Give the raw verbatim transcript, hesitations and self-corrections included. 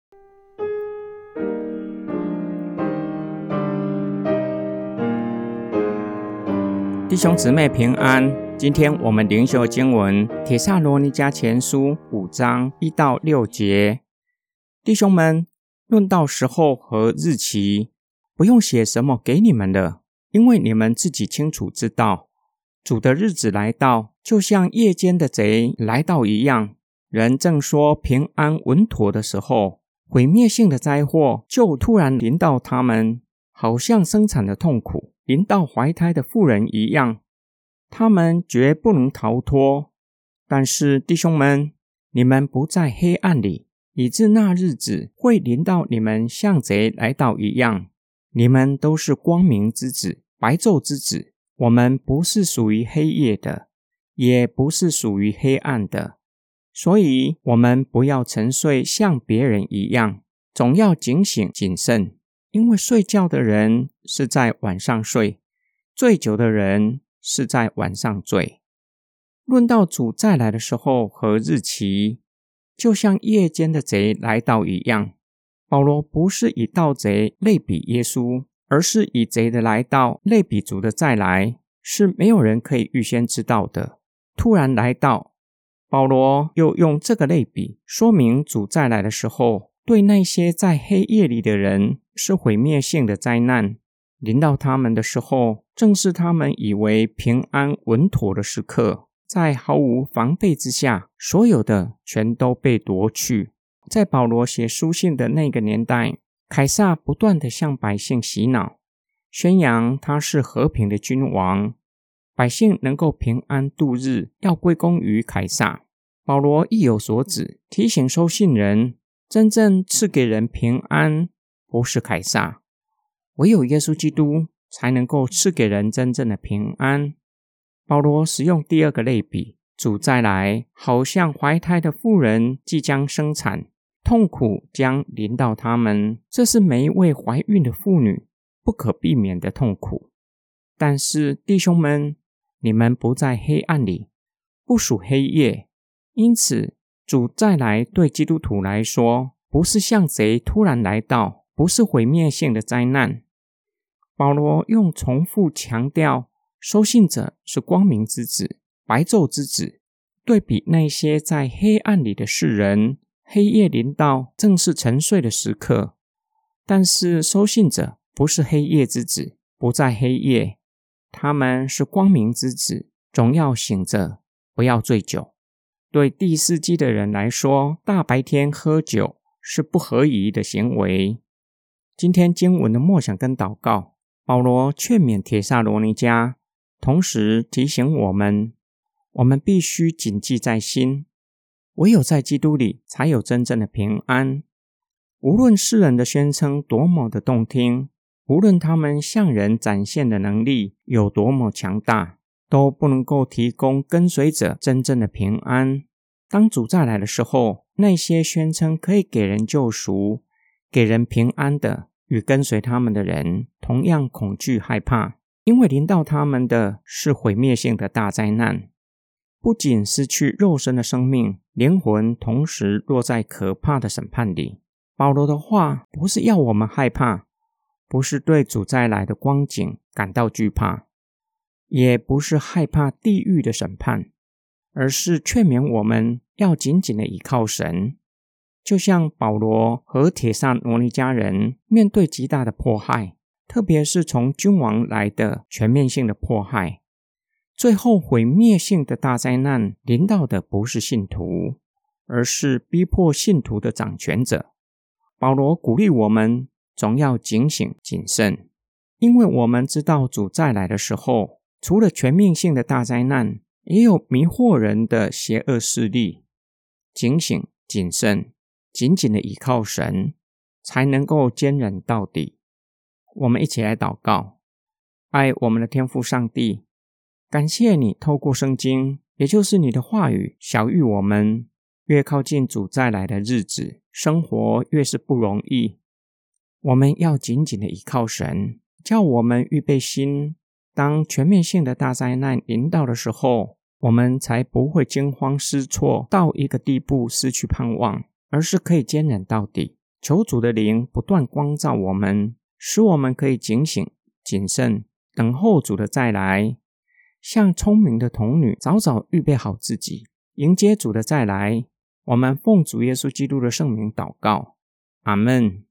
弟兄姊妹平安，今天我们灵修经文帖撒罗尼迦前书五章一到六节。弟兄们，论到时候和日期，不用写什么给你们了，因为你们自己清楚知道，主的日子来到，就像夜间的贼来到一样。人正说平安稳妥的时候，毁灭性的灾祸就突然临到他们，好像生产的痛苦临到怀胎的妇人一样，他们绝不能逃脱。但是弟兄们，你们不在黑暗里，以致那日子会临到你们像贼来到一样。你们都是光明之子，白昼之子。我们不是属于黑夜的，也不是属于黑暗的。所以我们不要沉睡像别人一样，总要警醒谨慎。因为睡觉的人是在晚上睡，醉酒的人是在晚上醉。论到主再来的时候和日期，就像夜间的贼来到一样。保罗不是以盗贼类比耶稣，而是以贼的来到类比主的再来，是没有人可以预先知道的，突然来到。保罗又用这个类比说明主再来的时候，对那些在黑夜里的人是毁灭性的灾难，临到他们的时候，正是他们以为平安稳妥的时刻，在毫无防备之下，所有的全都被夺去。在保罗写书信的那个年代，凯撒不断地向百姓洗脑，宣扬他是和平的君王，百姓能够平安度日，要归功于凯撒。保罗意有所指，提醒收信人，真正赐给人平安不是凯撒，唯有耶稣基督才能够赐给人真正的平安。保罗使用第二个类比，主再来好像怀胎的妇人即将生产，痛苦将临到他们，这是每一位怀孕的妇女不可避免的痛苦。但是弟兄们，你们不在黑暗里，不属黑夜，因此主再来对基督徒来说，不是像贼突然来到，不是毁灭性的灾难。保罗用重复强调，收信者是光明之子，白昼之子，对比那些在黑暗里的世人，黑夜临到正是沉睡的时刻。但是收信者不是黑夜之子，不在黑夜，他们是光明之子，总要醒着，不要醉酒。对第四纪的人来说，大白天喝酒是不合宜的行为。今天经文的默想跟祷告，保罗劝勉帖撒罗尼迦，同时提醒我们，我们必须谨记在心，唯有在基督里才有真正的平安。无论世人的宣称多么的动听，无论他们向人展现的能力有多么强大，都不能够提供跟随者真正的平安。当主再来的时候，那些宣称可以给人救赎、给人平安的，与跟随他们的人同样恐惧害怕，因为临到他们的是毁灭性的大灾难，不仅失去肉身的生命，灵魂同时落在可怕的审判里。保罗的话不是要我们害怕，不是对主再来的光景感到惧怕，也不是害怕地狱的审判，而是劝勉我们要紧紧的依靠神。就像保罗和帖撒罗尼迦人面对极大的迫害，特别是从君王来的全面性的迫害，最后毁灭性的大灾难临到的不是信徒，而是逼迫信徒的掌权者。保罗鼓励我们总要警醒谨慎，因为我们知道主再来的时候，除了全面性的大灾难，也有迷惑人的邪恶势力。警醒谨慎，紧紧的依靠神，才能够坚忍到底。我们一起来祷告。爱我们的天父上帝，感谢你透过圣经，也就是你的话语，晓谕我们，越靠近主再来的日子，生活越是不容易。我们要紧紧的依靠神，叫我们预备心，当全面性的大灾难临到的时候，我们才不会惊慌失措到一个地步失去盼望，而是可以坚忍到底， 求主的灵不断光照我们，使我们可以警醒、谨慎，等候主的再来，像聪明的童女早早预备好自己，迎接主的再来。我们奉主耶稣基督的圣名祷告，阿们。